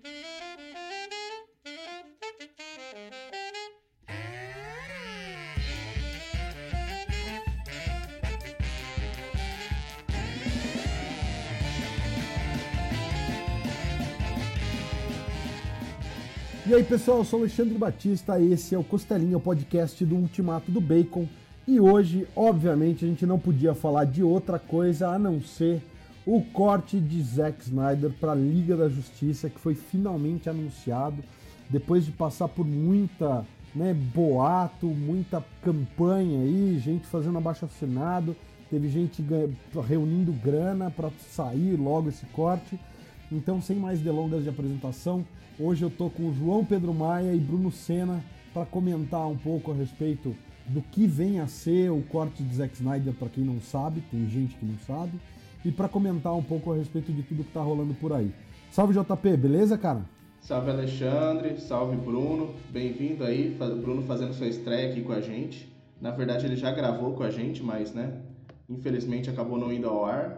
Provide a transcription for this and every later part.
E aí pessoal, eu sou Alexandre Batista, esse é o Costelinha, o podcast do Ultimato do Bacon. E hoje, obviamente, a gente não podia falar de outra coisa a não ser o corte de Zack Snyder para a Liga da Justiça, que foi finalmente anunciado, depois de passar por muita boato, muita campanha aí, gente fazendo abaixo-assinado, teve gente reunindo grana para sair logo esse corte. Então, sem mais delongas de apresentação, hoje eu tô com o João Pedro Maia e Bruno Senna para comentar um pouco a respeito do que vem a ser o corte de Zack Snyder, para quem não sabe, tem gente que não sabe, e para comentar um pouco a respeito de tudo que tá rolando por aí. Salve JP, beleza, cara? Salve Alexandre, salve Bruno, bem-vindo aí, Bruno fazendo sua estreia aqui com a gente. Na verdade ele já gravou com a gente, mas infelizmente acabou não indo ao ar,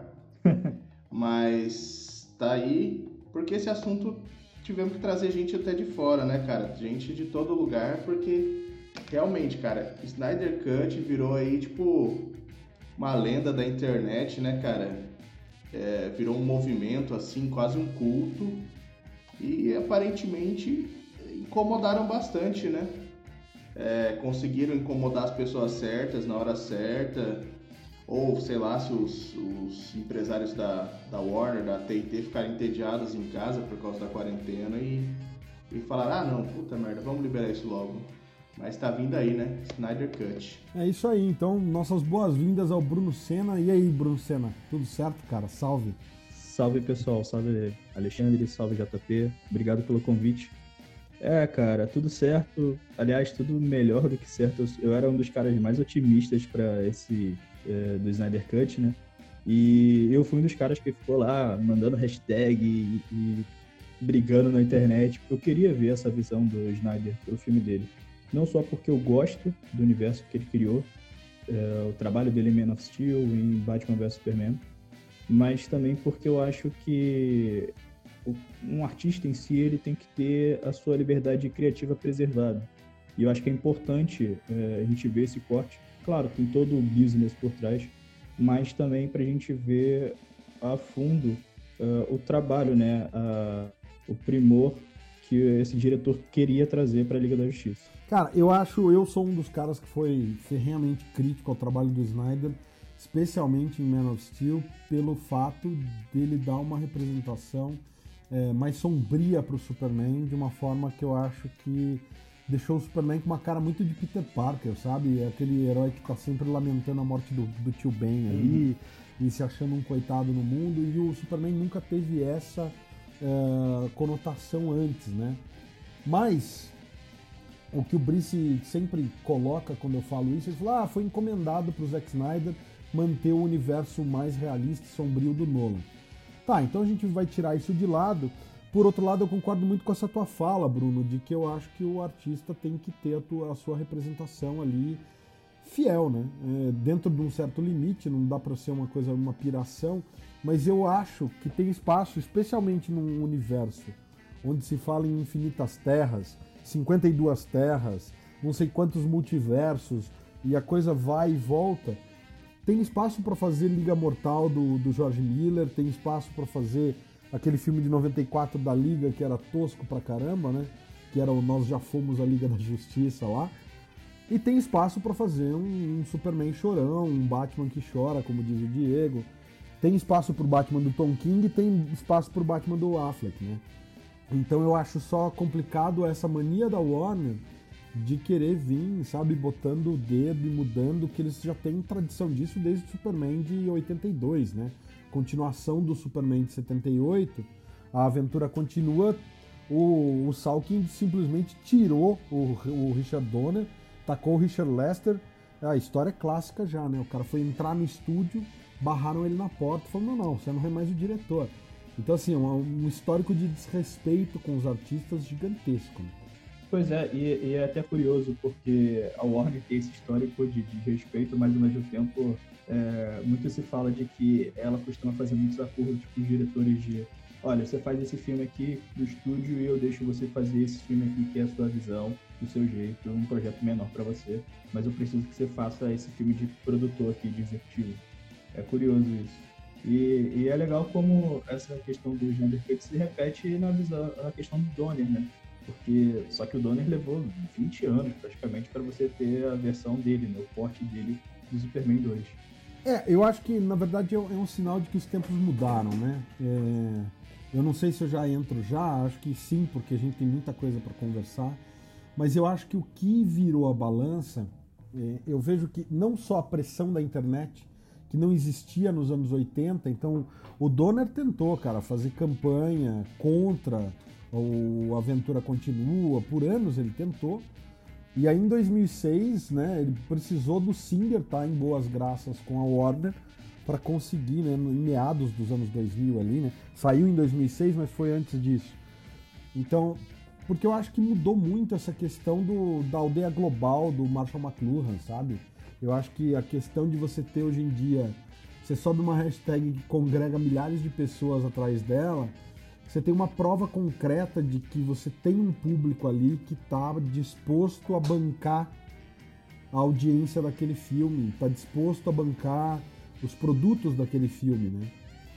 mas tá aí, porque esse assunto tivemos que trazer gente até de fora, né, cara? Gente de todo lugar, porque realmente, cara, Snyder Cut virou aí, tipo, uma lenda da internet, né, cara? Virou um movimento, assim, quase um culto. E aparentemente incomodaram bastante, né? Conseguiram incomodar as pessoas certas na hora certa. Ou, sei lá, se os empresários da Warner, da TNT ficarem entediados em casa por causa da quarentena e falaram, não, puta merda, vamos liberar isso logo. Mas tá vindo aí, né? Snyder Cut. É isso aí, então, nossas boas-vindas ao Bruno Senna. E aí, Bruno Senna, tudo certo, cara? Salve! Salve, pessoal. Salve, Alexandre. Salve, JP. Obrigado pelo convite. Cara, tudo certo. Aliás, tudo melhor do que certo. Eu era um dos caras mais otimistas para esse... do Snyder Cut, né? E eu fui um dos caras que ficou lá mandando hashtag e brigando na internet. Eu queria ver essa visão do Snyder pro filme dele. Não só porque eu gosto do universo que ele criou, o trabalho dele em Man of Steel, em Batman vs Superman, mas também porque eu acho que um artista em si ele tem que ter a sua liberdade criativa preservada. E eu acho que é importante a gente ver esse corte. Claro, tem todo o business por trás, mas também para a gente ver a fundo o trabalho, né? O primor que esse diretor queria trazer para a Liga da Justiça. Cara, eu sou um dos caras que foi ferrenhamente crítico ao trabalho do Snyder, especialmente em Man of Steel, pelo fato dele dar uma representação mais sombria para o Superman, de uma forma que eu acho que deixou o Superman com uma cara muito de Peter Parker, sabe? É aquele herói que tá sempre lamentando a morte do tio Ben ali, e se achando um coitado no mundo, e o Superman nunca teve essa conotação antes, né? Mas o que o Brice sempre coloca quando eu falo isso, ele fala, foi encomendado pro Zack Snyder manter o universo mais realista e sombrio do Nolan. Tá, então a gente vai tirar isso de lado. Por outro lado, eu concordo muito com essa tua fala, Bruno, de que eu acho que o artista tem que ter a sua representação ali fiel, né? Dentro de um certo limite, não dá pra ser uma piração, mas eu acho que tem espaço, especialmente num universo onde se fala em infinitas terras, 52 terras, não sei quantos multiversos, e a coisa vai e volta. Tem espaço para fazer Liga Mortal do George Miller, tem espaço para fazer aquele filme de 94 da Liga que era tosco pra caramba, né? Que era o Nós Já Fomos a Liga da Justiça lá. E tem espaço para fazer um Superman chorão, um Batman que chora, como diz o Diego. Tem espaço pro Batman do Tom King e tem espaço pro Batman do Affleck, né? Então eu acho só complicado essa mania da Warner de querer vir, sabe, botando o dedo e mudando, que eles já têm tradição disso desde o Superman de 82, né? Continuação do Superman de 78, a aventura continua, o Salkind simplesmente tirou o Richard Donner, tacou o Richard Lester, a história é clássica já, né? O cara foi entrar no estúdio, barraram ele na porta e falaram, não, você não é mais o diretor. Então, assim, um histórico de desrespeito com os artistas gigantesco. Né? Pois é, e é até curioso, porque a Warner tem esse histórico de respeito, mas ao mesmo tempo muito se fala de que ela costuma fazer muitos acordos com os diretores olha, você faz esse filme aqui no estúdio e eu deixo você fazer esse filme aqui que é a sua visão, do seu jeito, um projeto menor para você, mas eu preciso que você faça esse filme de produtor aqui, de executivo. É curioso isso. E é legal como essa questão do Snyder Cut se repete na questão do Donner, né? Porque só que o Donner levou 20 anos praticamente para você ter a versão dele, né? O corte dele do Superman 2. Eu acho que na verdade é um sinal de que os tempos mudaram, né? Eu não sei se eu já entro já, acho que sim, porque a gente tem muita coisa para conversar, mas eu acho que o que virou a balança, eu vejo que não só a pressão da internet, que não existia nos anos 80, então o Donner tentou, cara, fazer campanha contra o Aventura Continua, por anos ele tentou, e aí em 2006, né, ele precisou do Singer estar em boas graças com a Warner para conseguir, né, em meados dos anos 2000 ali, né, saiu em 2006, mas foi antes disso. Então, porque eu acho que mudou muito essa questão da aldeia global do Marshall McLuhan, sabe? Eu acho que a questão de você ter hoje em dia, você sobe uma hashtag que congrega milhares de pessoas atrás dela, você tem uma prova concreta de que você tem um público ali que está disposto a bancar a audiência daquele filme, está disposto a bancar os produtos daquele filme, né?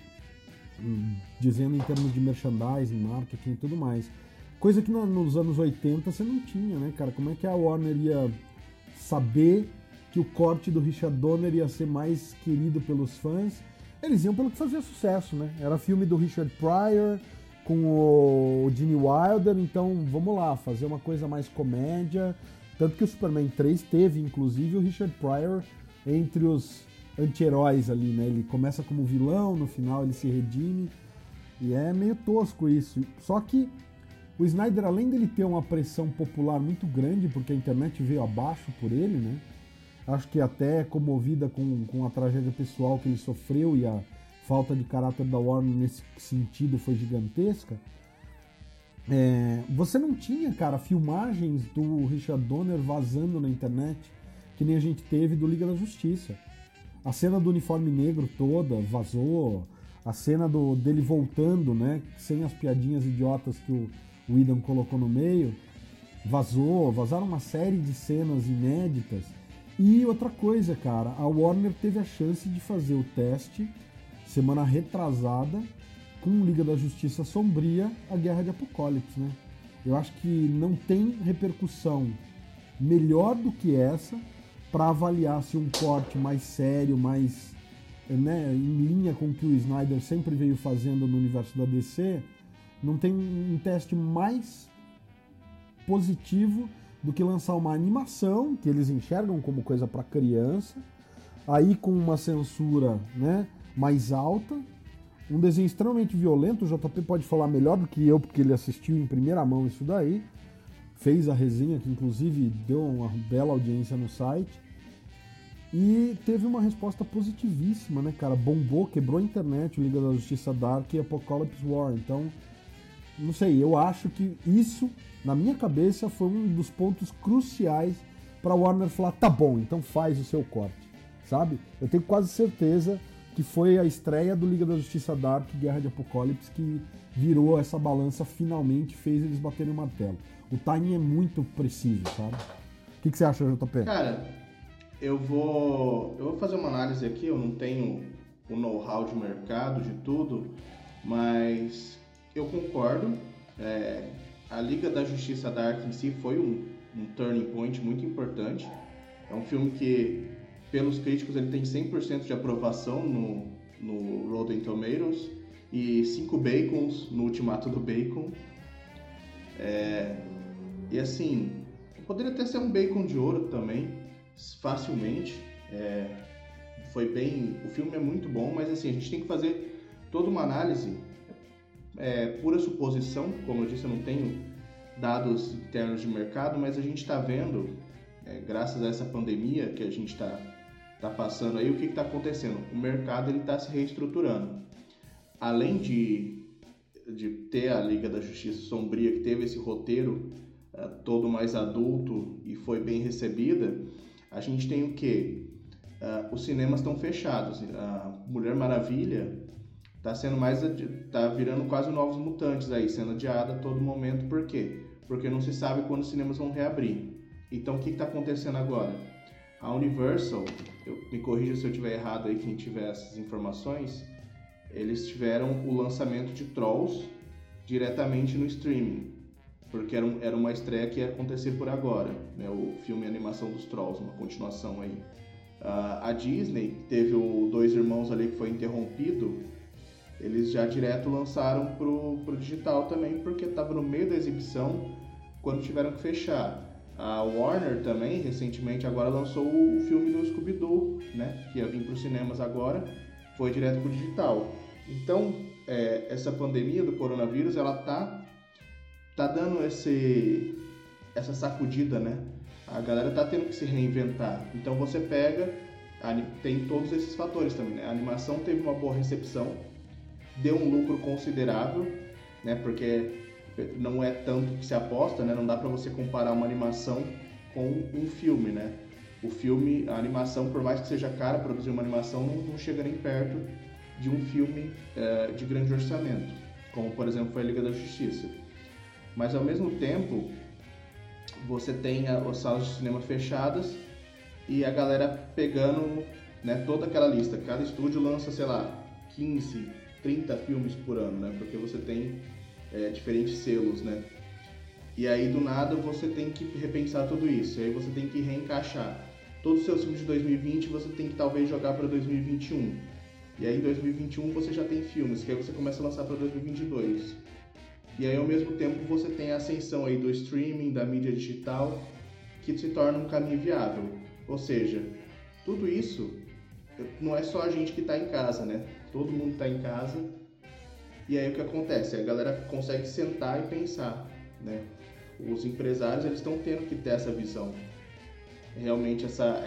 Dizendo em termos de merchandising, marketing e tudo mais. Coisa que nos anos 80 você não tinha, né, cara? Como é que a Warner ia saber que o corte do Richard Donner ia ser mais querido pelos fãs? Eles iam pelo que fazia sucesso, né? Era filme do Richard Pryor com o Gene Wilder, então vamos lá, fazer uma coisa mais comédia. Tanto que o Superman 3 teve, inclusive, o Richard Pryor entre os anti-heróis ali, né? Ele começa como vilão, no final ele se redime, e é meio tosco isso. Só que o Snyder, além dele ter uma pressão popular muito grande, porque a internet veio abaixo por ele, né? Acho que até comovida com a tragédia pessoal que ele sofreu e a falta de caráter da Warner nesse sentido foi gigantesca. Você não tinha, cara, filmagens do Richard Donner vazando na internet, que nem a gente teve do Liga da Justiça. A cena do uniforme negro toda vazou, a cena dele voltando, né, sem as piadinhas idiotas que o Whedon colocou no meio, vazaram uma série de cenas inéditas. E outra coisa, cara, a Warner teve a chance de fazer o teste, semana retrasada, com Liga da Justiça Sombria, a Guerra de Apocalipse, né? Eu acho que não tem repercussão melhor do que essa para avaliar se um corte mais sério, mais, né, em linha com o que o Snyder sempre veio fazendo no universo da DC, não tem um teste mais positivo do que lançar uma animação que eles enxergam como coisa para criança, aí com uma censura, né, mais alta, um desenho extremamente violento. O JP pode falar melhor do que eu, porque ele assistiu em primeira mão isso daí, fez a resenha, que inclusive deu uma bela audiência no site, e teve uma resposta positivíssima, né, cara? Bombou, quebrou a internet, o Liga da Justiça Dark e Apocalypse War. Então, não sei, eu acho que isso, na minha cabeça, foi um dos pontos cruciais para Warner falar, tá bom, então faz o seu corte, sabe? Eu tenho quase certeza que foi a estreia do Liga da Justiça Dark, Guerra de Apocalipse, que virou essa balança, finalmente fez eles baterem o martelo. O timing é muito preciso, sabe? O que você acha, JP? Cara, eu vou fazer uma análise aqui, eu não tenho o know-how de mercado, de tudo, mas eu concordo. A Liga da Justiça Dark em si foi um turning point muito importante. É um filme que, pelos críticos, ele tem 100% de aprovação no Rotten Tomatoes e 5 bacons no Ultimato do Bacon. E assim, poderia até ser um bacon de ouro também, facilmente. O filme é muito bom, mas assim, a gente tem que fazer toda uma análise, pura suposição. Como eu disse, eu não tenho dados internos de mercado, mas a gente está vendo, graças a essa pandemia que a gente está passando aí, o que está acontecendo? O mercado está se reestruturando. Além de ter a Liga da Justiça Sombria, que teve esse roteiro todo mais adulto e foi bem recebida, a gente tem o quê? Os cinemas estão fechados. A Mulher Maravilha tá sendo mais, tá virando quase Novos Mutantes aí, sendo adiada a todo momento. Por quê? Porque não se sabe quando os cinemas vão reabrir. Então, o que está acontecendo agora? A Universal, me corrija se eu estiver errado aí, quem tiver essas informações, eles tiveram o lançamento de Trolls diretamente no streaming, porque era uma estreia que ia acontecer por agora, né? O filme Animação dos Trolls, uma continuação aí. A Disney teve o Dois Irmãos ali que foi interrompido, eles já direto lançaram pro digital também, porque estava no meio da exibição quando tiveram que fechar. A Warner também, recentemente, agora lançou o filme do Scooby-Doo, né? Que ia vir para os cinemas agora, foi direto pro digital. Então, essa pandemia do coronavírus, ela tá dando essa sacudida, né? A galera tá tendo que se reinventar. Então você pega, tem todos esses fatores também, né? A animação teve uma boa recepção, deu um lucro considerável, né? Porque não é tanto que se aposta, né? Não dá para você comparar uma animação com um filme, né? O filme, a animação, por mais que seja cara, produzir uma animação não chega nem perto de um filme de grande orçamento, como por exemplo foi a Liga da Justiça. Mas ao mesmo tempo, você tem as salas de cinema fechadas e a galera pegando, né, toda aquela lista. Cada estúdio lança, sei lá, 15, 30 filmes por ano, né? Porque você tem diferentes selos, né? E aí do nada você tem que repensar tudo isso. E aí você tem que reencaixar todos os seus filmes de 2020, você tem que talvez jogar para 2021. E aí em 2021 você já tem filmes, que aí você começa a lançar para 2022. E aí ao mesmo tempo você tem a ascensão aí do streaming, da mídia digital, que se torna um caminho viável. Ou seja, tudo isso não é só a gente que está em casa, né? Todo mundo está em casa. E aí o que acontece? A galera consegue sentar e pensar, né? Os empresários, eles estão tendo que ter essa visão. Realmente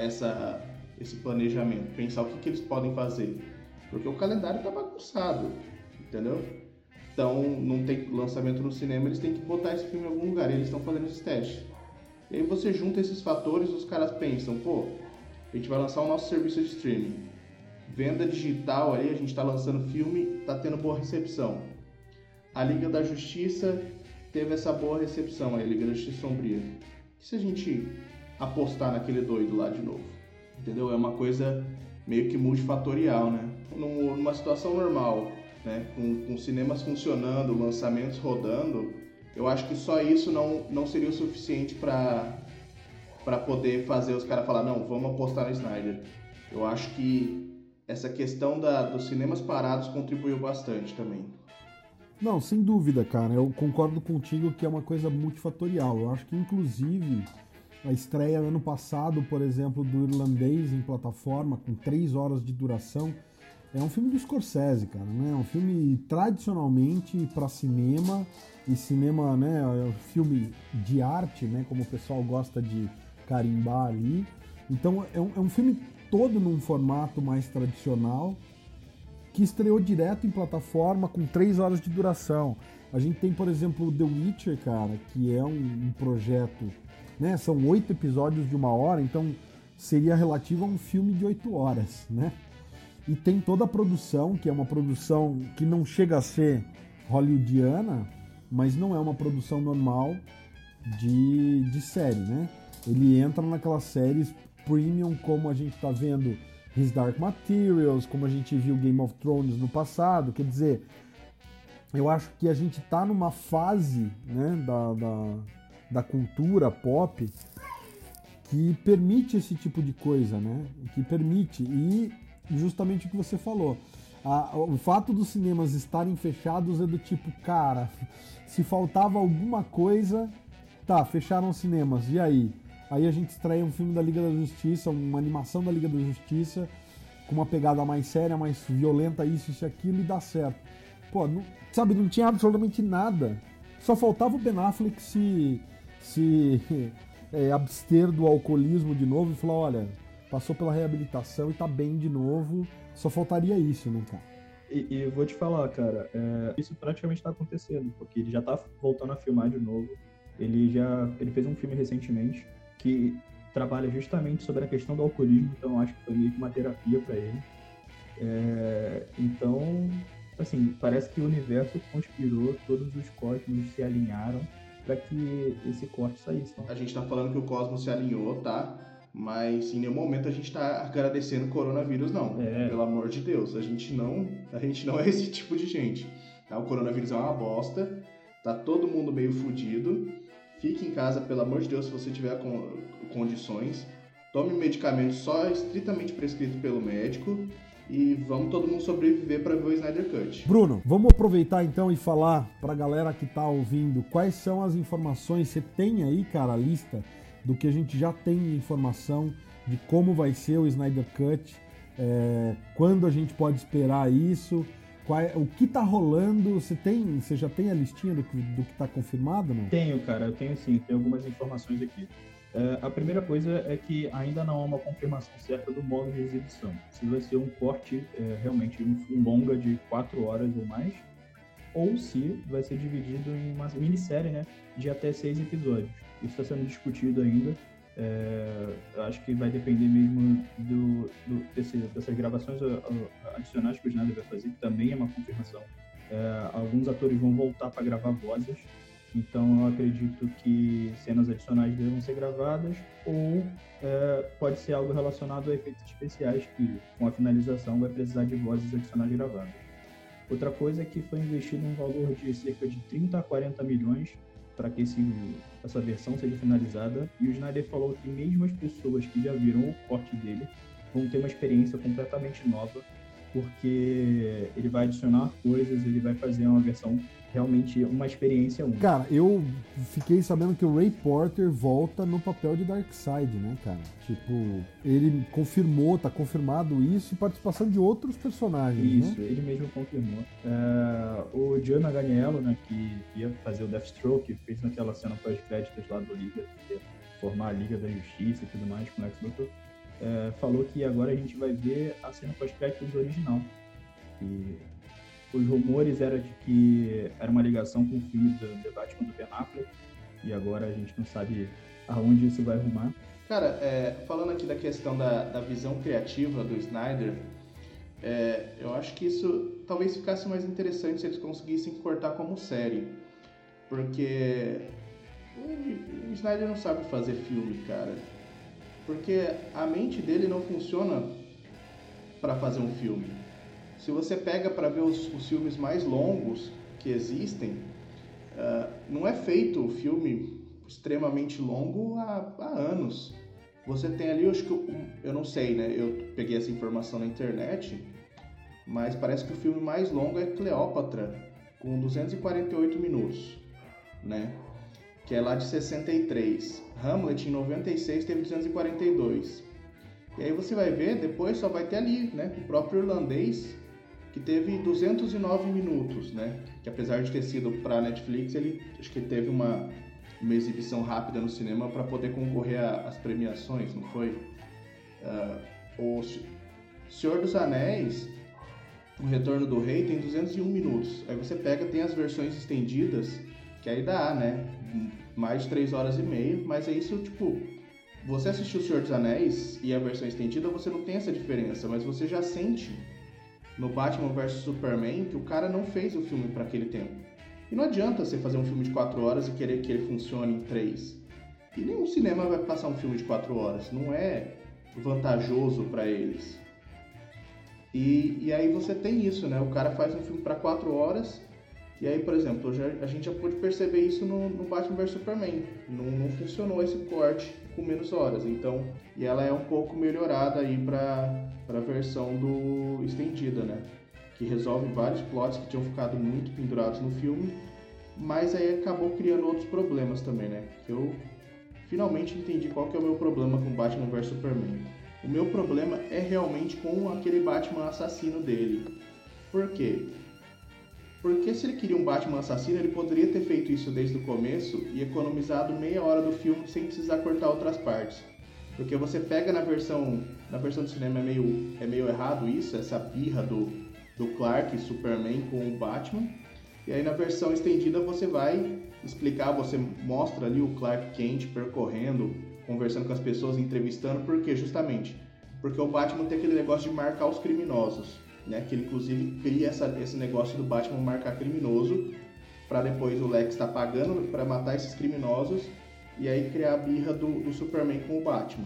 esse planejamento. Pensar o que eles podem fazer. Porque o calendário está bagunçado, entendeu? Então, não tem lançamento no cinema, eles têm que botar esse filme em algum lugar. E eles estão fazendo esses testes. E aí você junta esses fatores, os caras pensam, pô, a gente vai lançar o nosso serviço de streaming. Venda digital aí, a gente está lançando filme, está tendo boa recepção. A Liga da Justiça teve essa boa recepção aí, a Liga da Justiça Sombria. E se a gente apostar naquele doido lá de novo? Entendeu? É uma coisa meio que multifatorial, né? Numa situação normal, né? Com cinemas funcionando, lançamentos rodando, eu acho que só isso não seria o suficiente para poder fazer os caras falar, não, vamos apostar no Snyder. Eu acho que essa questão dos cinemas parados contribuiu bastante também. Não, sem dúvida, cara. Eu concordo contigo que é uma coisa multifatorial. Eu acho que, inclusive, a estreia ano passado, por exemplo, do Irlandês em plataforma, com 3 horas de duração, é um filme do Scorsese, cara, né? É um filme tradicionalmente para cinema, e cinema, né, é um filme de arte, né, como o pessoal gosta de carimbar ali. Então é um filme todo num formato mais tradicional, que estreou direto em plataforma com 3 horas de duração. A gente tem, por exemplo, The Witcher, cara, que é um projeto, né, são 8 episódios de 1 hora, então seria relativo a um filme de 8 horas, né? E tem toda a produção, que é uma produção que não chega a ser hollywoodiana, mas não é uma produção normal de série, né? Ele entra naquelas séries premium, como a gente tá vendo His Dark Materials, como a gente viu Game of Thrones no passado. Quer dizer, eu acho que a gente tá numa fase, né, da cultura pop que permite esse tipo de coisa, né? Que permite, e justamente o que você falou. O fato dos cinemas estarem fechados é do tipo, cara, se faltava alguma coisa, tá, fecharam os cinemas, e aí? Aí a gente estreia um filme da Liga da Justiça, uma animação da Liga da Justiça, com uma pegada mais séria, mais violenta, isso e aquilo, e dá certo. Pô, não, sabe, não tinha absolutamente nada. Só faltava o Ben Affleck se abster do alcoolismo de novo e falar, olha, passou pela reabilitação e tá bem de novo. Só faltaria isso, né, cara? E eu vou te falar, cara, isso praticamente tá acontecendo, porque ele já tá voltando a filmar de novo. Ele fez um filme recentemente que trabalha justamente sobre a questão do alcoolismo, então acho que foi meio que uma terapia para ele. Então, assim, parece que o universo conspirou, todos os cosmos se alinharam para que esse corte saísse. A gente tá falando que o cosmos se alinhou, tá? Mas em nenhum momento a gente tá agradecendo o coronavírus, não. Pelo amor de Deus, a gente não é esse tipo de gente. Tá? O coronavírus é uma bosta, tá todo mundo meio fudido. Fique em casa, pelo amor de Deus, se você tiver condições. Tome medicamento só estritamente prescrito pelo médico. E vamos todo mundo sobreviver para ver o Snyder Cut. Bruno, vamos aproveitar então e falar pra galera que tá ouvindo quais são as informações. Você tem aí, cara, a lista do que a gente já tem de informação de como vai ser o Snyder Cut, quando a gente pode esperar isso, o que tá rolando. Você já tem a listinha do que tá confirmado, não? Tenho, cara, eu tenho sim, tem algumas informações aqui. A primeira coisa é que ainda não há uma confirmação certa do modo de exibição. Se vai ser um corte, realmente um longa de 4 horas ou mais, ou se vai ser dividido em uma minissérie, né, de até 6 episódios. Isso está sendo discutido ainda. Eu acho que vai depender mesmo dessas gravações adicionais que o Snyder vai fazer, que também é uma confirmação. Alguns atores vão voltar para gravar vozes. Então, eu acredito que cenas adicionais devam ser gravadas ou pode ser algo relacionado a efeitos especiais que, com a finalização, vai precisar de vozes adicionais gravadas. Outra coisa é que foi investido um valor de cerca de 30 a 40 milhões para que essa versão seja finalizada, e o Snyder falou que mesmo as pessoas que já viram o corte dele vão ter uma experiência completamente nova, porque ele vai adicionar coisas, ele vai fazer uma versão realmente uma experiência única. Cara, eu fiquei sabendo que o Ray Porter volta no papel de Darkseid, né, cara? Tipo, ele confirmou, tá confirmado isso, e participação de outros personagens, isso, né? Ele mesmo confirmou. O Joe Manganiello, né, que ia fazer o Deathstroke, fez naquela cena pós-créditos lá do Liga, que ia formar a Liga da Justiça e tudo mais com o Lex Luthor, falou que agora a gente vai ver a cena pós-créditos original. E os rumores eram de que era uma ligação com o filme do The Batman do Ben Affleck, e agora a gente não sabe aonde isso vai arrumar. Cara, falando aqui da questão da visão criativa do Snyder, eu acho que isso talvez ficasse mais interessante se eles conseguissem cortar como série, porque o Snyder não sabe fazer filme, cara, porque a mente dele não funciona para fazer um filme. Se você pega para ver os filmes mais longos que existem, não é feito um filme extremamente longo há anos. Você tem ali, eu não sei, né? Eu peguei essa informação na internet, mas parece que o filme mais longo é Cleópatra, com 248 minutos, né? Que é lá de 63. Hamlet, em 96, teve 242. E aí você vai ver, depois só vai ter ali, né? O próprio Irlandês, que teve 209 minutos, né? Que apesar de ter sido para Netflix, ele acho que teve uma exibição rápida no cinema para poder concorrer às premiações, não foi? O Senhor dos Anéis, O Retorno do Rei, tem 201 minutos. Aí você pega, tem as versões estendidas, que aí dá, né? Mais de 3 horas e meia, mas é isso, tipo... Você assistiu O Senhor dos Anéis e a versão estendida, você não tem essa diferença, mas você já sente no Batman vs Superman que o cara não fez o filme para aquele tempo. E não adianta você fazer um filme de 4 horas e querer que ele funcione em 3. E nenhum cinema vai passar um filme de 4 horas, não é vantajoso para eles. E aí você tem isso, né? O cara faz um filme para 4 horas, e aí, por exemplo, a gente já pôde perceber isso no Batman vs Superman. Não funcionou esse corte com menos horas, então... E ela é um pouco melhorada aí pra versão do estendida, né? Que resolve vários plots que tinham ficado muito pendurados no filme, mas aí acabou criando outros problemas também, né? Que eu finalmente entendi qual que é o meu problema com Batman vs Superman. O meu problema é realmente com aquele Batman assassino dele. Por quê? Porque se ele queria um Batman assassino, ele poderia ter feito isso desde o começo e economizado meia hora do filme sem precisar cortar outras partes. Porque você pega na versão do cinema é meio errado isso, essa birra do Clark Superman com o Batman. E aí na versão estendida você vai explicar, você mostra ali o Clark Kent percorrendo, conversando com as pessoas, entrevistando. Por quê? Justamente porque o Batman tem aquele negócio de marcar os criminosos. né? Que ele inclusive cria esse negócio do Batman marcar criminoso, para depois o Lex estar pagando para matar esses criminosos e aí criar a birra do Superman com o Batman.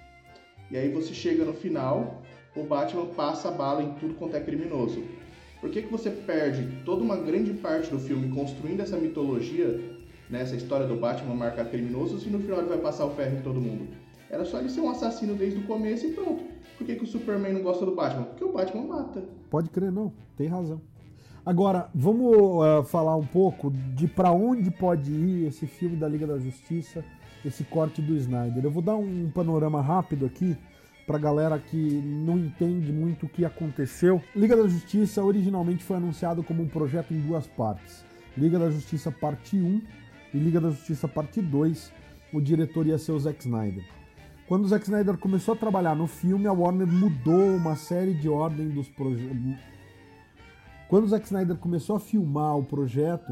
E aí você chega no final, o Batman passa a bala em tudo quanto é criminoso. Por que você perde toda uma grande parte do filme construindo essa mitologia, né, essa história do Batman marcar criminosos, se no final ele vai passar o ferro em todo mundo? Era só ele ser um assassino desde o começo e pronto. Por que o Superman não gosta do Batman? Porque o Batman mata. Pode crer, não. Tem razão. Agora, vamos falar um pouco de para onde pode ir esse filme da Liga da Justiça, esse corte do Snyder. Eu vou dar um panorama rápido aqui pra galera que não entende muito o que aconteceu. Liga da Justiça originalmente foi anunciado como um projeto em 2 partes. Liga da Justiça parte 1 e Liga da Justiça parte 2. O diretor ia ser o Zack Snyder. Quando o Zack Snyder começou a trabalhar no filme, a Warner mudou uma série de ordem dos projetos. Quando o Zack Snyder começou a filmar o projeto,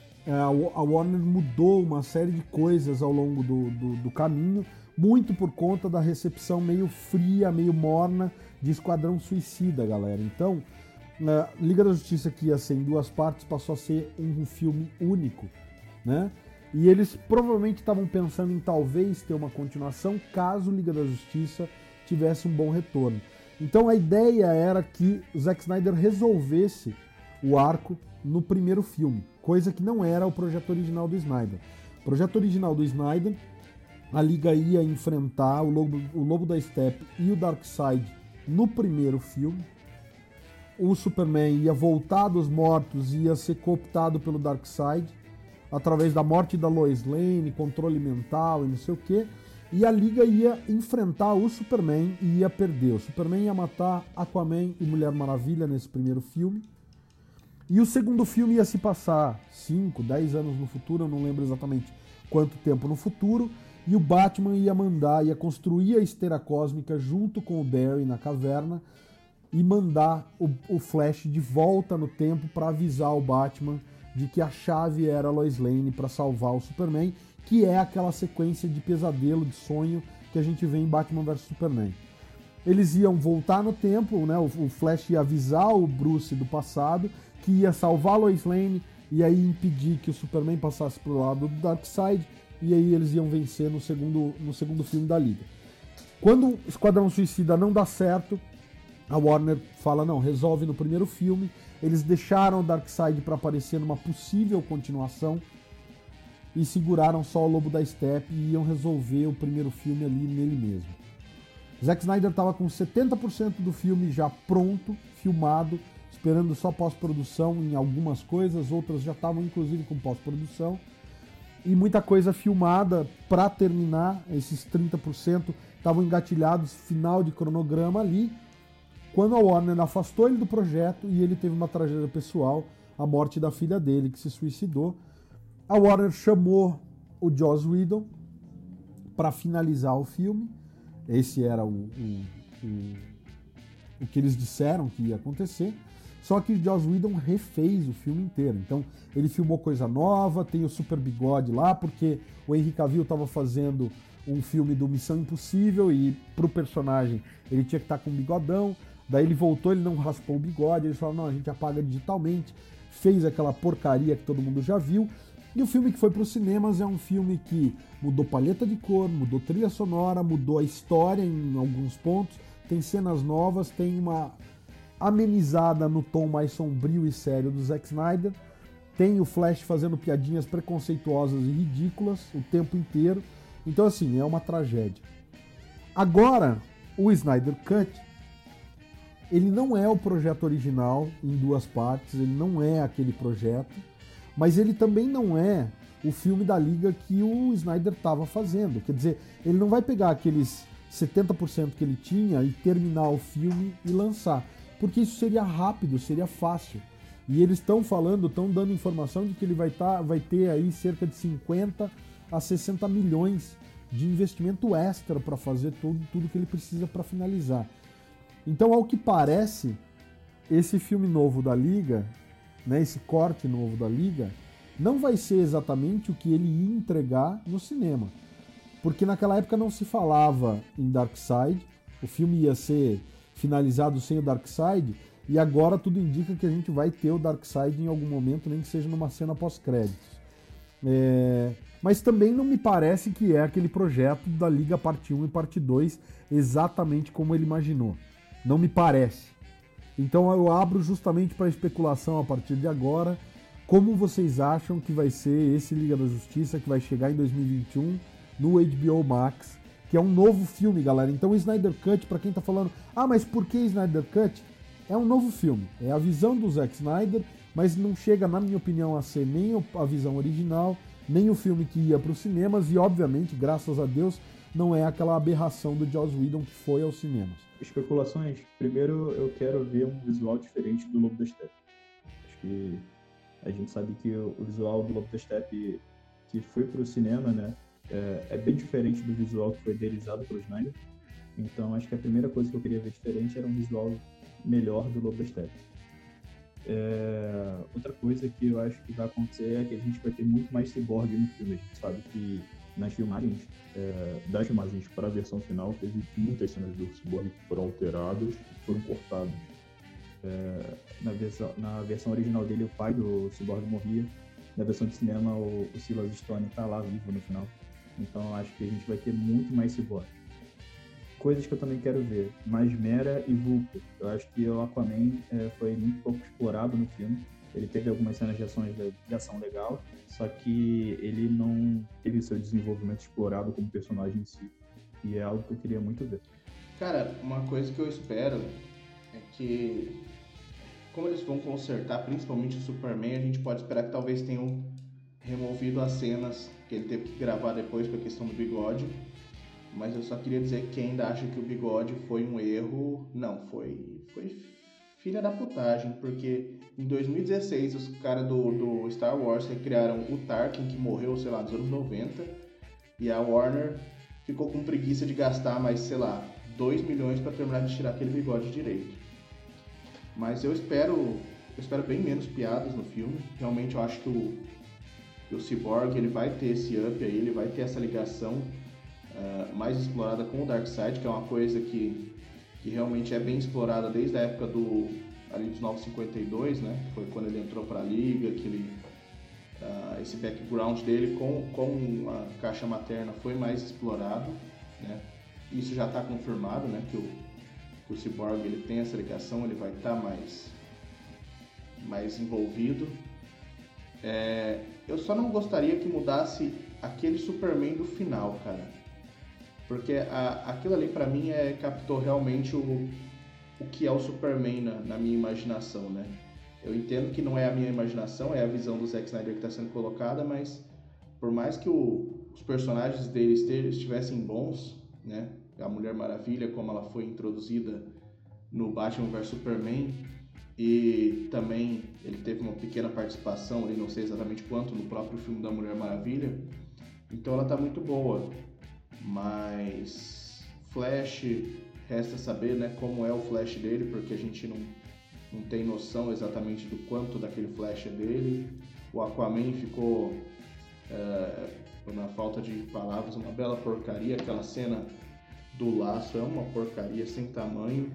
a Warner mudou uma série de coisas ao longo do caminho, muito por conta da recepção meio fria, meio morna de Esquadrão Suicida, galera. Então, Liga da Justiça, que ia ser em 2 partes, passou a ser um filme único, né? E eles provavelmente estavam pensando em talvez ter uma continuação caso Liga da Justiça tivesse um bom retorno. Então a ideia era que o Zack Snyder resolvesse o arco no primeiro filme, coisa que não era o projeto original do Snyder. O projeto original do Snyder, a Liga ia enfrentar o Lobo da Steppe e o Darkseid no primeiro filme. O Superman ia voltar dos mortos e ia ser cooptado pelo Darkseid através da morte da Lois Lane, controle mental e não sei o que. E a Liga ia enfrentar o Superman e ia perder. O Superman ia matar Aquaman e Mulher Maravilha nesse primeiro filme. E o segundo filme ia se passar 5, 10 anos no futuro, eu não lembro exatamente quanto tempo no futuro. E o Batman ia construir a esteira cósmica junto com o Barry na caverna e mandar o Flash de volta no tempo para avisar o Batman de que a chave era a Lois Lane para salvar o Superman, que é aquela sequência de pesadelo, de sonho que a gente vê em Batman vs Superman. Eles iam voltar no tempo, né? O Flash ia avisar o Bruce do passado, que ia salvar a Lois Lane e aí impedir que o Superman passasse pro lado do Darkseid, e aí eles iam vencer no segundo filme da Liga. Quando o Esquadrão Suicida não dá certo, a Warner fala, não, resolve no primeiro filme. Eles deixaram o Darkseid para aparecer numa possível continuação e seguraram só o Lobo da Steppe e iam resolver o primeiro filme ali nele mesmo. Zack Snyder estava com 70% do filme já pronto, filmado, esperando só pós-produção em algumas coisas, outras já estavam inclusive com pós-produção, e muita coisa filmada para terminar. Esses 30% estavam engatilhados, final de cronograma ali, quando a Warner afastou ele do projeto e ele teve uma tragédia pessoal, a morte da filha dele, que se suicidou. A Warner chamou o Joss Whedon para finalizar o filme. Esse era o que eles disseram que ia acontecer. Só que o Joss Whedon refez o filme inteiro. Então ele filmou coisa nova, tem o super bigode lá, porque o Henry Cavill estava fazendo um filme do Missão Impossível e pro personagem ele tinha que estar com um bigodão. Daí ele voltou, ele não raspou o bigode, eles falaram, não, a gente apaga digitalmente, fez aquela porcaria que todo mundo já viu. E o filme que foi para os cinemas é um filme que mudou paleta de cor, mudou trilha sonora, mudou a história em alguns pontos, tem cenas novas, tem uma amenizada no tom mais sombrio e sério do Zack Snyder, tem o Flash fazendo piadinhas preconceituosas e ridículas o tempo inteiro. Então assim, é uma tragédia. Agora, o Snyder Cut, ele não é o projeto original em 2 partes, ele não é aquele projeto, mas ele também não é o filme da Liga que o Snyder estava fazendo. Quer dizer, ele não vai pegar aqueles 70% que ele tinha e terminar o filme e lançar, porque isso seria rápido, seria fácil. E eles estão falando, estão dando informação de que ele vai ter aí cerca de 50 a 60 milhões de investimento extra para fazer tudo que ele precisa para finalizar. Então, ao que parece, esse filme novo da Liga, né, esse corte novo da Liga, não vai ser exatamente o que ele ia entregar no cinema. Porque naquela época não se falava em Darkseid, o filme ia ser finalizado sem o Darkseid, e agora tudo indica que a gente vai ter o Darkseid em algum momento, nem que seja numa cena pós-créditos. Mas também não me parece que é aquele projeto da Liga Parte 1 e Parte 2 exatamente como ele imaginou. Não me parece. Então eu abro justamente para especulação a partir de agora. Como vocês acham que vai ser esse Liga da Justiça que vai chegar em 2021 no HBO Max, que é um novo filme, galera. Então o Snyder Cut, para quem tá falando, mas por que Snyder Cut? É um novo filme, é a visão do Zack Snyder, mas não chega, na minha opinião, a ser nem a visão original, nem o filme que ia para os cinemas, e obviamente, graças a Deus, não é aquela aberração do Joss Whedon que foi aos cinemas. Especulações. Primeiro, eu quero ver um visual diferente do Lobo da Steppe. Acho que a gente sabe que o visual do Lobo da Steppe que foi para o cinema, né, é bem diferente do visual que foi idealizado pelo Snyder. Então, acho que a primeira coisa que eu queria ver diferente era um visual melhor do Lobo da Steppe. Outra coisa que eu acho que vai acontecer é que a gente vai ter muito mais Cyborg no filme. A gente sabe que nas filmagens, das filmagens para a versão final, teve muitas cenas do Cyborg que foram alteradas e foram cortadas. Na versão original dele, o pai do Cyborg morria. Na versão de cinema, o Silas Stone está lá vivo no final. Então eu acho que a gente vai ter muito mais Cyborg. Coisas que eu também quero ver, mais Mera e Vulko. Eu acho que o Aquaman foi muito pouco explorado no filme. Ele teve algumas cenas de ação legal, só que ele não teve seu desenvolvimento explorado como personagem em si. E é algo que eu queria muito ver. Cara, uma coisa que eu espero é que, como eles vão consertar principalmente o Superman, a gente pode esperar que talvez tenham removido as cenas que ele teve que gravar depois com a questão do bigode. Mas eu só queria dizer que quem ainda acha que o bigode foi um erro, não, foi filha da putagem, porque em 2016 os caras do Star Wars recriaram o Tarkin, que morreu, sei lá, nos anos 90, e a Warner ficou com preguiça de gastar mais, sei lá, 2 milhões para terminar de tirar aquele bigode direito. Mas eu espero bem menos piadas no filme. Realmente eu acho que o Cyborg ele vai ter esse up aí, ele vai ter essa ligação mais explorada com o Darkseid, que é uma coisa que realmente é bem explorada desde a época ali dos 952, né? Foi quando ele entrou para a Liga, esse background dele com a caixa materna foi mais explorado, né? Isso já está confirmado, né? Que o Cyborg ele tem essa ligação, ele vai estar mais envolvido. Eu só não gostaria que mudasse aquele Superman do final, cara. Porque aquilo ali pra mim captou realmente o que é o Superman na minha imaginação, né? Eu entendo que não é a minha imaginação, é a visão do Zack Snyder que está sendo colocada, mas por mais que os personagens dele estivessem bons, né? A Mulher Maravilha, como ela foi introduzida no Batman vs Superman, e também ele teve uma pequena participação ali, não sei exatamente quanto, no próprio filme da Mulher Maravilha, então ela tá muito boa. Mas Flash, resta saber, né, como é o Flash dele, porque a gente não tem noção exatamente do quanto daquele Flash é dele. O Aquaman ficou, na falta de palavras, uma bela porcaria. Aquela cena do laço é uma porcaria sem tamanho.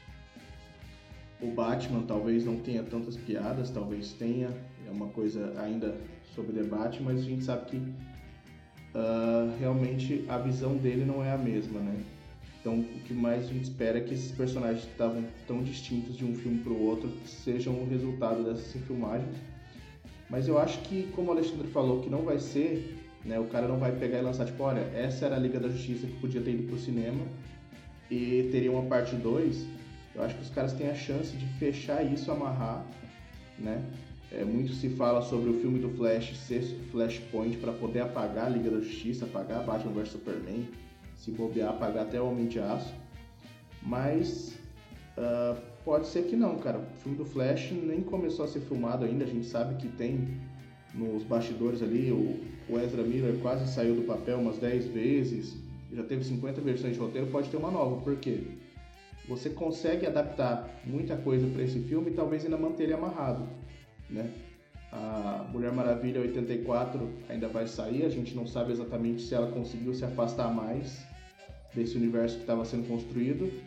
O Batman talvez não tenha tantas piadas, talvez tenha, é uma coisa ainda sob debate, mas a gente sabe que realmente a visão dele não é a mesma, né? Então o que mais a gente espera é que esses personagens que estavam tão distintos de um filme para o outro sejam o resultado dessas filmagens. Mas eu acho que, como o Alexandre falou, que não vai ser, né? O cara não vai pegar e lançar tipo, olha, essa era a Liga da Justiça que podia ter ido pro cinema e teria uma parte 2. Eu acho que os caras têm a chance de fechar isso, amarrar, né? Muito se fala sobre o filme do Flash ser Flashpoint para poder apagar a Liga da Justiça, apagar Batman vs Superman, se bobear, apagar até o Homem de Aço. Mas pode ser que não, cara. O filme do Flash nem começou a ser filmado ainda. A gente sabe que tem nos bastidores ali, o Ezra Miller quase saiu do papel umas 10 vezes, já teve 50 versões de roteiro, pode ter uma nova. Por quê? Você consegue adaptar muita coisa para esse filme e talvez ainda manter ele amarrado, né? A Mulher Maravilha 84 ainda vai sair, a gente não sabe exatamente se ela conseguiu se afastar mais desse universo que estava sendo construído,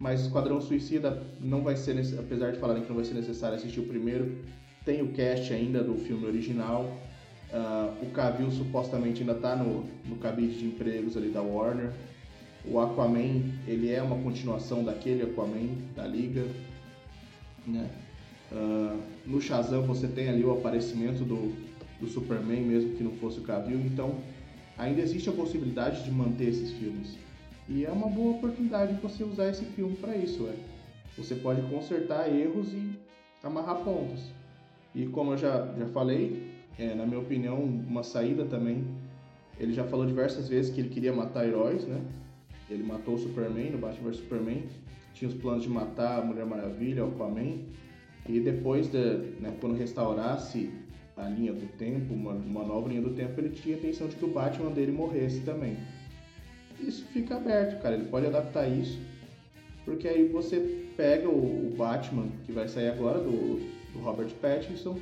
Mas Esquadrão Suicida não vai ser, apesar de falarem que não vai ser necessário assistir o primeiro, tem o cast ainda do filme original. O Cavill supostamente ainda está no cabide de empregos ali da Warner. O Aquaman, ele é uma continuação daquele Aquaman da Liga, né? No Shazam você tem ali o aparecimento do Superman, mesmo que não fosse o Cavill. Então ainda existe a possibilidade de manter esses filmes. E é uma boa oportunidade de você usar esse filme para isso, Você pode consertar erros e amarrar pontos. E como eu já falei, na minha opinião, uma saída também. Ele já falou diversas vezes que ele queria matar heróis, né? Ele matou o Superman no Batman vs Superman. Tinha os planos de matar a Mulher Maravilha, o Aquaman. E depois, quando restaurasse a linha do tempo, uma nova linha do tempo, ele tinha a intenção de que o Batman dele morresse também. Isso fica aberto, cara. Ele pode adaptar isso, porque aí você pega o Batman, que vai sair agora, do Robert Pattinson,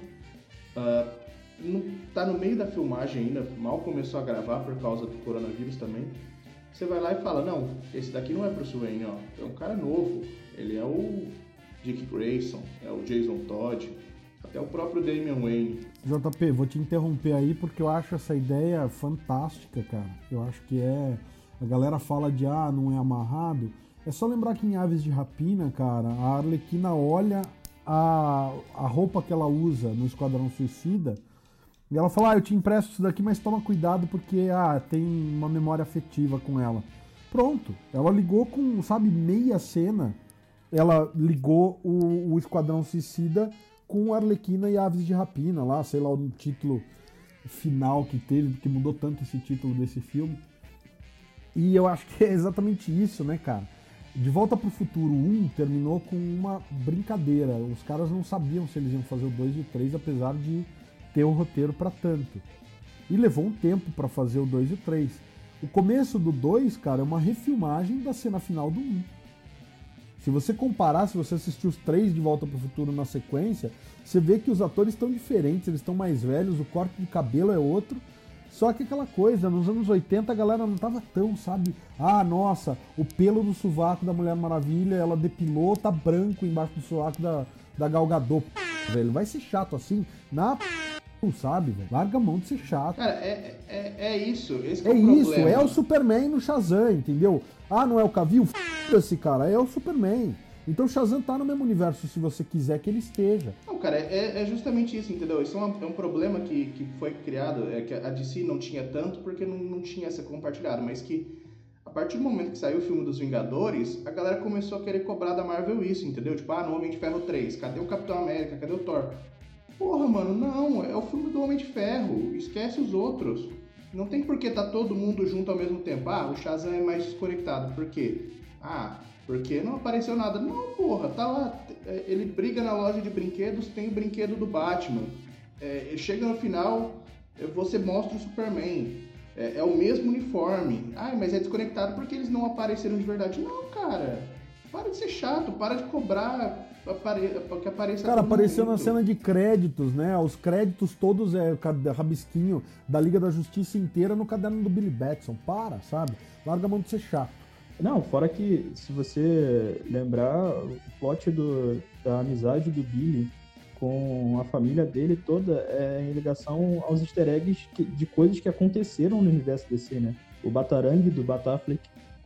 tá no meio da filmagem ainda, mal começou a gravar por causa do coronavírus também. Você vai lá e fala, não, esse daqui não é Bruce Wayne, ó, é um cara novo, ele é o Dick Grayson, é o Jason Todd, até o próprio Damian Wayne. JP, vou te interromper aí porque eu acho essa ideia fantástica, cara. Eu acho que a galera fala de, não é amarrado. É só lembrar que em Aves de Rapina, cara, a Arlequina olha a roupa que ela usa no Esquadrão Suicida e ela fala, eu te empresto isso daqui, mas toma cuidado porque, tem uma memória afetiva com ela. Pronto, ela ligou com, meia cena, ela ligou o Esquadrão Suicida com Arlequina e Aves de Rapina lá, sei lá o título final que teve, porque mudou tanto esse título desse filme. E eu acho que é exatamente isso, né, cara? De Volta pro Futuro 1 terminou com uma brincadeira. Os caras não sabiam se eles iam fazer o 2 e o 3, apesar de ter o roteiro pra tanto. E levou um tempo pra fazer o 2 e o 3. O começo do 2, cara, é uma refilmagem da cena final do 1. Se você comparar, se você assistir os 3 de Volta pro Futuro na sequência, você vê que os atores estão diferentes, eles estão mais velhos, o corte de cabelo é outro. Só que aquela coisa, nos anos 80 a galera não tava tão, nossa, o pelo do sovaco da Mulher Maravilha, ela depilou, tá branco embaixo do sovaco da Gal Gadot. Velho, vai ser chato assim, sabe, velho? Larga a mão de ser chato. Cara, é isso, esse é o problema. Isso, é o Superman no Shazam, entendeu? Não é o Cavill? F***se, cara, é o Superman. Então o Shazam tá no mesmo universo se você quiser que ele esteja. Não, cara, é justamente isso, entendeu? Isso é um problema que foi criado, que a DC não tinha tanto porque não tinha essa compartilhada, mas que a partir do momento que saiu o filme dos Vingadores, a galera começou a querer cobrar da Marvel isso, entendeu? Tipo, no Homem de Ferro 3, cadê o Capitão América, cadê o Thor? Porra, mano, não, é o filme do Homem de Ferro, esquece os outros. Não tem por que tá todo mundo junto ao mesmo tempo. O Shazam é mais desconectado, por quê? Porque não apareceu nada. Não, porra, tá lá. Ele briga na loja de brinquedos, tem o brinquedo do Batman. Chega no final, você mostra o Superman. É o mesmo uniforme. Mas é desconectado porque eles não apareceram de verdade. Não, cara. Para de ser chato, para de cobrar que apareça. Cara, apareceu na cena de créditos, né? Os créditos todos rabisquinho da Liga da Justiça inteira no caderno do Billy Batson. Sabe? Larga a mão de ser chato. Não, fora que, se você lembrar, o plot da amizade do Billy com a família dele toda é em ligação aos easter eggs de coisas que aconteceram no universo DC, né? O Batarang do Batafleck,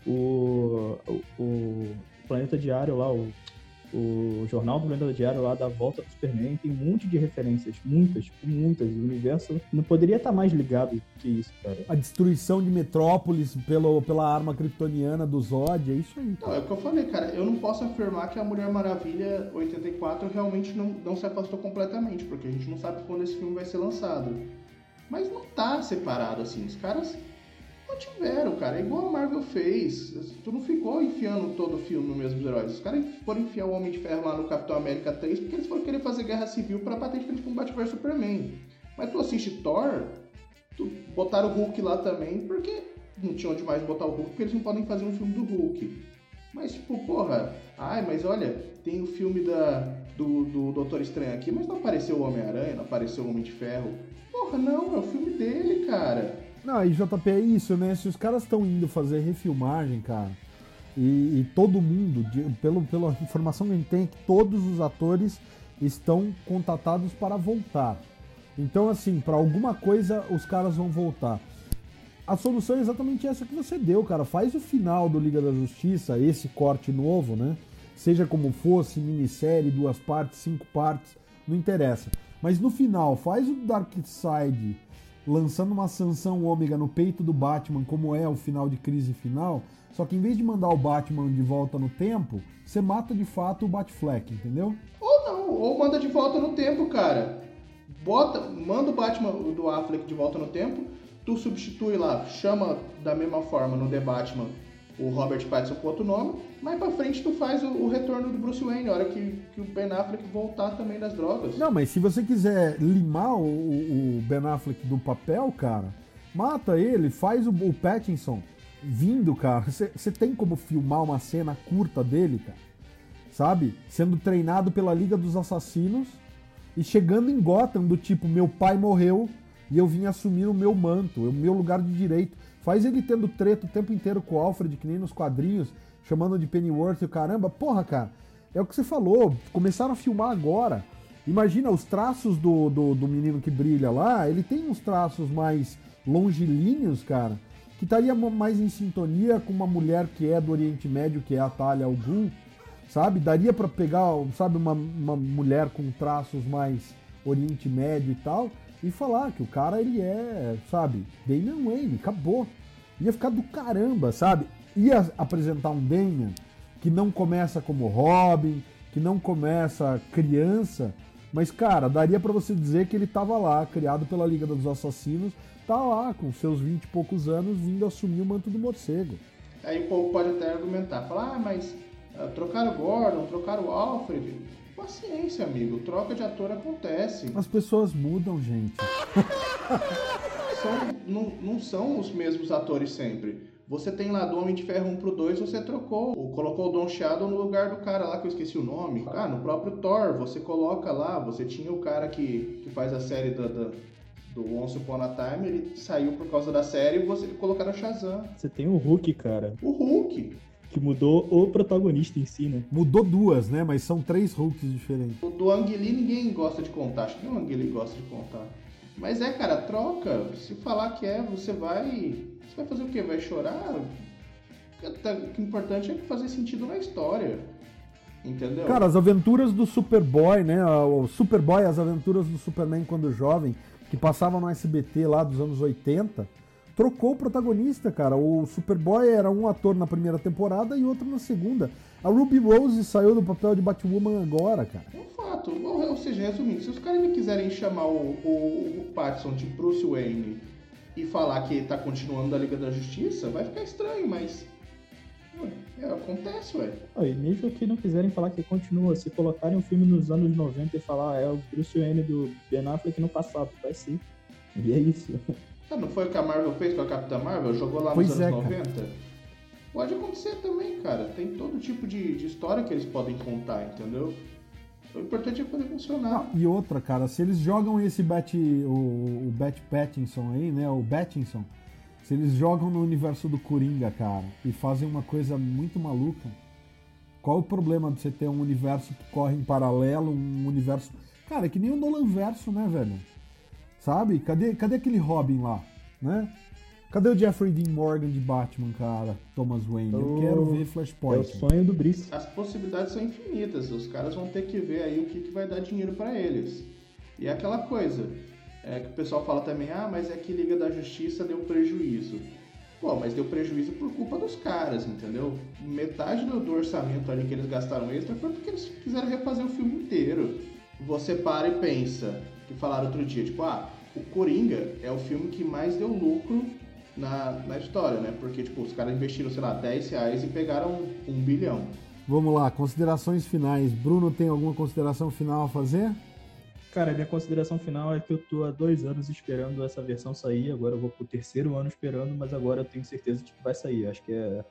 o Planeta Diário lá, o jornal do Planeta Diário lá da volta do Superman, tem um monte de referências, muitas. O universo não poderia estar mais ligado que isso, cara. A destruição de Metrópolis pela arma kryptoniana do Zod, é isso aí. Não, é o que eu falei, cara, eu não posso afirmar que a Mulher Maravilha 84 realmente não se afastou completamente, porque a gente não sabe quando esse filme vai ser lançado. Mas não tá separado assim, os caras tiveram, cara, é igual a Marvel fez. Tu não ficou enfiando todo o filme nos mesmos heróis. Os caras foram enfiar o Homem de Ferro lá no Capitão América 3 porque eles foram querer fazer guerra civil pra bater de frente com o Batman vs Superman. Mas tu assiste Thor, tu botaram o Hulk lá também porque não tinha onde mais botar o Hulk, porque eles não podem fazer um filme do Hulk. Mas tipo, porra, mas olha, tem o filme do Doutor Estranho aqui, mas não apareceu o Homem-Aranha, não apareceu o Homem de Ferro. Porra, não, é o filme dele, cara. Não, e JP, é isso, né? Se os caras estão indo fazer refilmagem, cara, E todo mundo, pela informação que a gente tem, é que todos os atores estão contatados para voltar. Então, assim, para alguma coisa os caras vão voltar. A solução é exatamente essa que você deu, cara. Faz o final do Liga da Justiça, esse corte novo, né? Seja como fosse, minissérie, 2 partes, 5 partes, não interessa. Mas no final, faz o Darkseid lançando uma sanção ômega no peito do Batman, como é o final de Crise Final, só que em vez de mandar o Batman de volta no tempo, você mata de fato o Batfleck, entendeu? Ou não, ou manda de volta no tempo, cara. Manda o Batman do Affleck de volta no tempo, tu substitui lá, chama da mesma forma no The Batman o Robert Pattinson com outro nome, mais pra frente tu faz o retorno do Bruce Wayne, a hora que o Ben Affleck voltar também das drogas. Não, mas se você quiser limar o Ben Affleck do papel, cara, mata ele, faz o Pattinson vindo, cara. Você tem como filmar uma cena curta dele, cara, sabe? Sendo treinado pela Liga dos Assassinos e chegando em Gotham do tipo, meu pai morreu e eu vim assumir o meu manto, o meu lugar de direito. Faz ele tendo treta o tempo inteiro com o Alfred, que nem nos quadrinhos, chamando de Pennyworth e o caramba. Porra, cara, é o que você falou, começaram a filmar agora. Imagina os traços do menino que brilha lá, ele tem uns traços mais longilíneos, cara, que estaria mais em sintonia com uma mulher que é do Oriente Médio, que é a Talia al Ghul, sabe? Daria pra pegar, sabe, uma mulher com traços mais Oriente Médio e tal, e falar que o cara, ele é, sabe, Damian Wayne, acabou. Ia ficar do caramba, sabe? Ia apresentar um Damian que não começa como Robin, que não começa criança, mas, cara, daria pra você dizer que ele tava lá, criado pela Liga dos Assassinos, tá lá, com seus 20 e poucos anos, vindo assumir o manto do morcego. Aí o povo pode até argumentar, falar, mas trocaram o Gordon, trocaram o Alfred. Paciência, amigo, troca de ator acontece. As pessoas mudam, gente. Não são os mesmos atores sempre. Você tem lá do Homem de Ferro 1 pro 2, você colocou o Don Shadow no lugar do cara lá que eu esqueci o nome. Ah, no próprio Thor, você coloca lá, você tinha o cara que faz a série do Once Upon a Time, ele saiu por causa da série e você colocaram o Shazam. Você tem o Hulk, cara. O Hulk. Que mudou o protagonista em si, né? Mudou 2, né? Mas são 3 Hulks diferentes. O do Ang Lee ninguém gosta de contar. Acho que nem o Ang Lee gosta de contar. Mas cara, troca. Se falar que você vai fazer o quê? Vai chorar? O importante é fazer sentido na história. Entendeu? Cara, as aventuras do Superboy, né? O Superboy, as aventuras do Superman quando jovem, que passavam no SBT lá dos anos 80... trocou o protagonista, cara. O Superboy era um ator na primeira temporada e outro na segunda. A Ruby Rose saiu do papel de Batwoman agora, cara. É um fato. Ou seja, resumindo, se os caras me quiserem chamar o Pattinson de Bruce Wayne e falar que ele tá continuando da Liga da Justiça, vai ficar estranho, mas... acontece, ué. E mesmo que não quiserem falar que continua, se colocarem um filme nos anos 90 e falar é o Bruce Wayne do Ben Affleck no passado, vai ser. E é isso. Não foi o que a Marvel fez com a Capitã Marvel? Jogou lá nos anos 90? Pode acontecer também, cara. Tem todo tipo de história que eles podem contar, entendeu? O importante é poder funcionar. E outra, cara, se eles jogam esse o Bat Pattinson aí, né, o Pattinson, se eles jogam no universo do Coringa, cara, e fazem uma coisa muito maluca, qual o problema de você ter um universo que corre em paralelo, um universo... Cara, é que nem o Nolanverso, né, velho? Sabe? Cadê aquele Robin lá, né? Cadê o Jeffrey Dean Morgan de Batman, cara? Thomas Wayne. Eu quero ver Flashpoint. É o sonho do Brice. As possibilidades são infinitas. Os caras vão ter que ver aí o que vai dar dinheiro pra eles. E é aquela coisa que o pessoal fala também, mas é que Liga da Justiça deu prejuízo. Pô, mas deu prejuízo por culpa dos caras, entendeu? Metade do orçamento ali que eles gastaram extra foi porque eles quiseram refazer o filme inteiro. Você para e pensa... que falaram outro dia, tipo, o Coringa é o filme que mais deu lucro na história, né? Porque, tipo, os caras investiram, sei lá, R$10 e pegaram 1 bilhão. Vamos lá, considerações finais. Bruno, tem alguma consideração final a fazer? Cara, a minha consideração final é que eu tô há 2 anos esperando essa versão sair, agora eu vou pro 3º ano esperando, mas agora eu tenho certeza de que vai sair. Acho que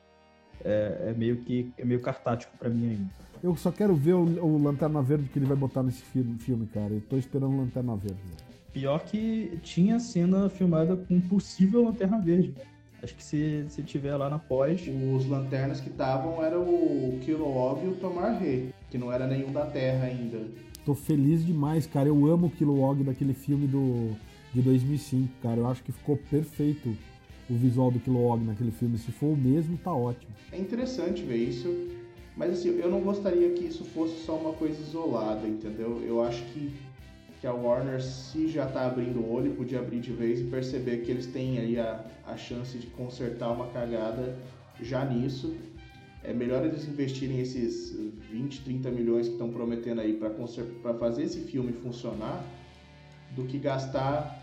é meio cartático pra mim ainda. Eu só quero ver o Lanterna Verde que ele vai botar nesse filme, cara. Eu tô esperando o Lanterna Verde. Pior que tinha cena filmada com possível Lanterna Verde, né? Acho que se tiver lá na pós... Os lanternas que estavam eram o Kilowog e o Tomar Rê, que não era nenhum da Terra ainda. Tô feliz demais, cara. Eu amo o Kilowog daquele filme de 2005, cara. Eu acho que ficou perfeito o visual do Kilowog naquele filme. Se for o mesmo, tá ótimo. É interessante ver isso, mas assim, eu não gostaria que isso fosse só uma coisa isolada, entendeu? Eu acho que a Warner, se já tá abrindo o olho, podia abrir de vez e perceber que eles têm aí a chance de consertar uma cagada já nisso. É melhor eles investirem esses 20, 30 milhões que estão prometendo aí para fazer esse filme funcionar, do que gastar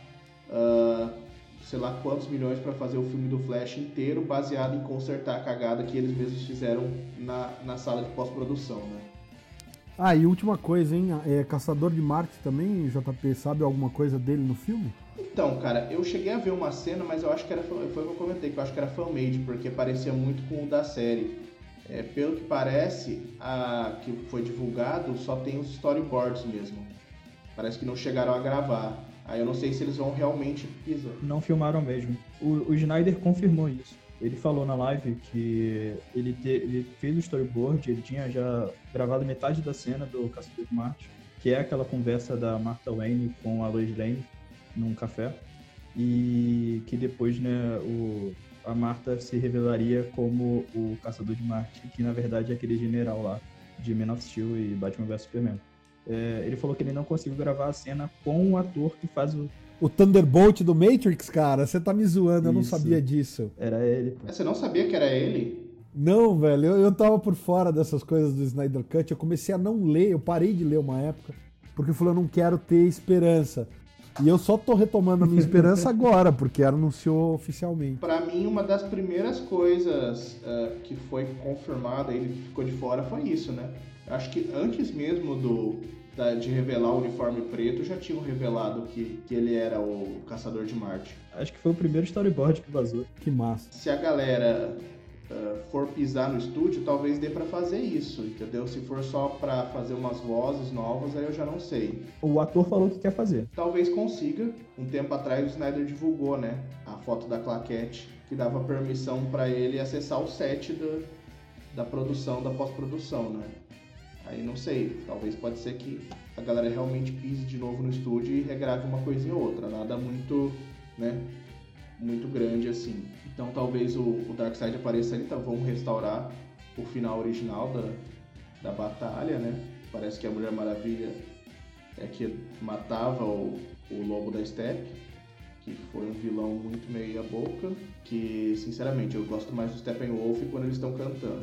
sei lá quantos milhões para fazer o filme do Flash inteiro baseado em consertar a cagada que eles mesmos fizeram na sala de pós-produção, né? Ah, e última coisa, hein? Caçador de Marte também, JP, sabe alguma coisa dele no filme? Então, cara, eu cheguei a ver uma cena, mas eu acho que foi o que eu comentei, que eu acho que era fan-made, porque parecia muito com o da série. Pelo que parece, que foi divulgado, só tem os storyboards mesmo. Parece que não chegaram a gravar. Aí eu não sei se eles vão realmente pisar. Não filmaram mesmo. O Snyder confirmou isso. Ele falou na live que ele fez o storyboard, ele tinha já gravado metade da cena do Caçador de Marte, que é aquela conversa da Martha Wayne com a Lois Lane num café, e que depois, né, a Martha se revelaria como o Caçador de Marte, que na verdade é aquele general lá de Man of Steel e Batman vs Superman. Ele falou que ele não conseguiu gravar a cena com o ator que faz o Thunderbolt do Matrix, cara? Você tá me zoando, eu não sabia disso. Era ele. Você não sabia que era ele? Não, velho, eu tava por fora dessas coisas do Snyder Cut, eu comecei a não ler, eu parei de ler uma época, porque eu falei, eu não quero ter esperança. E eu só tô retomando a minha esperança agora, porque anunciou oficialmente. Pra mim, uma das primeiras coisas que foi confirmada, ele ficou de fora, foi isso, né? Acho que antes mesmo de revelar o uniforme preto, já tinham revelado que ele era o Caçador de Marte. Acho que foi o primeiro storyboard que vazou. Que massa. Se a galera for pisar no estúdio, talvez dê pra fazer isso, entendeu? Se for só pra fazer umas vozes novas, aí eu já não sei. O ator falou que quer fazer. Talvez consiga. Um tempo atrás o Snyder divulgou, né, a foto da claquete, que dava permissão pra ele acessar o set da produção, da pós-produção, né? Aí não sei, talvez pode ser que a galera realmente pise de novo no estúdio e regrave uma coisinha ou outra, nada muito, né, muito grande assim. Então talvez o Darkseid apareça ali, então vamos restaurar o final original da batalha, né? Parece que a Mulher Maravilha é que matava o Lobo da Steppe, que foi um vilão muito meia boca, que sinceramente eu gosto mais do Steppenwolf quando eles estão cantando.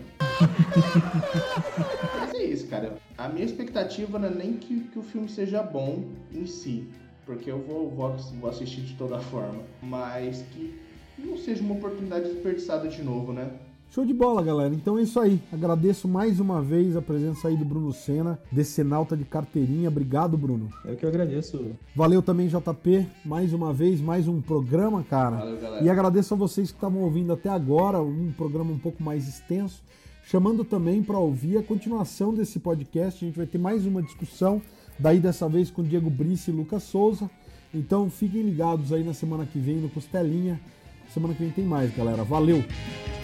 Mas é isso, cara. A minha expectativa não é nem que o filme seja bom em si, porque eu vou assistir de toda forma, mas que não seja uma oportunidade desperdiçada de novo, né? Show de bola, galera. Então é isso aí. Agradeço mais uma vez a presença aí do Bruno Senna, desse nauta de carteirinha. Obrigado, Bruno. Eu que agradeço. Valeu também, JP. Mais uma vez, mais um programa, cara. Valeu, galera. E agradeço a vocês que estavam ouvindo até agora, um programa um pouco mais extenso. Chamando também para ouvir a continuação desse podcast. A gente vai ter mais uma discussão, daí dessa vez com Diego Brice e Lucas Souza. Então fiquem ligados aí na semana que vem no Costelinha. Semana que vem tem mais, galera. Valeu!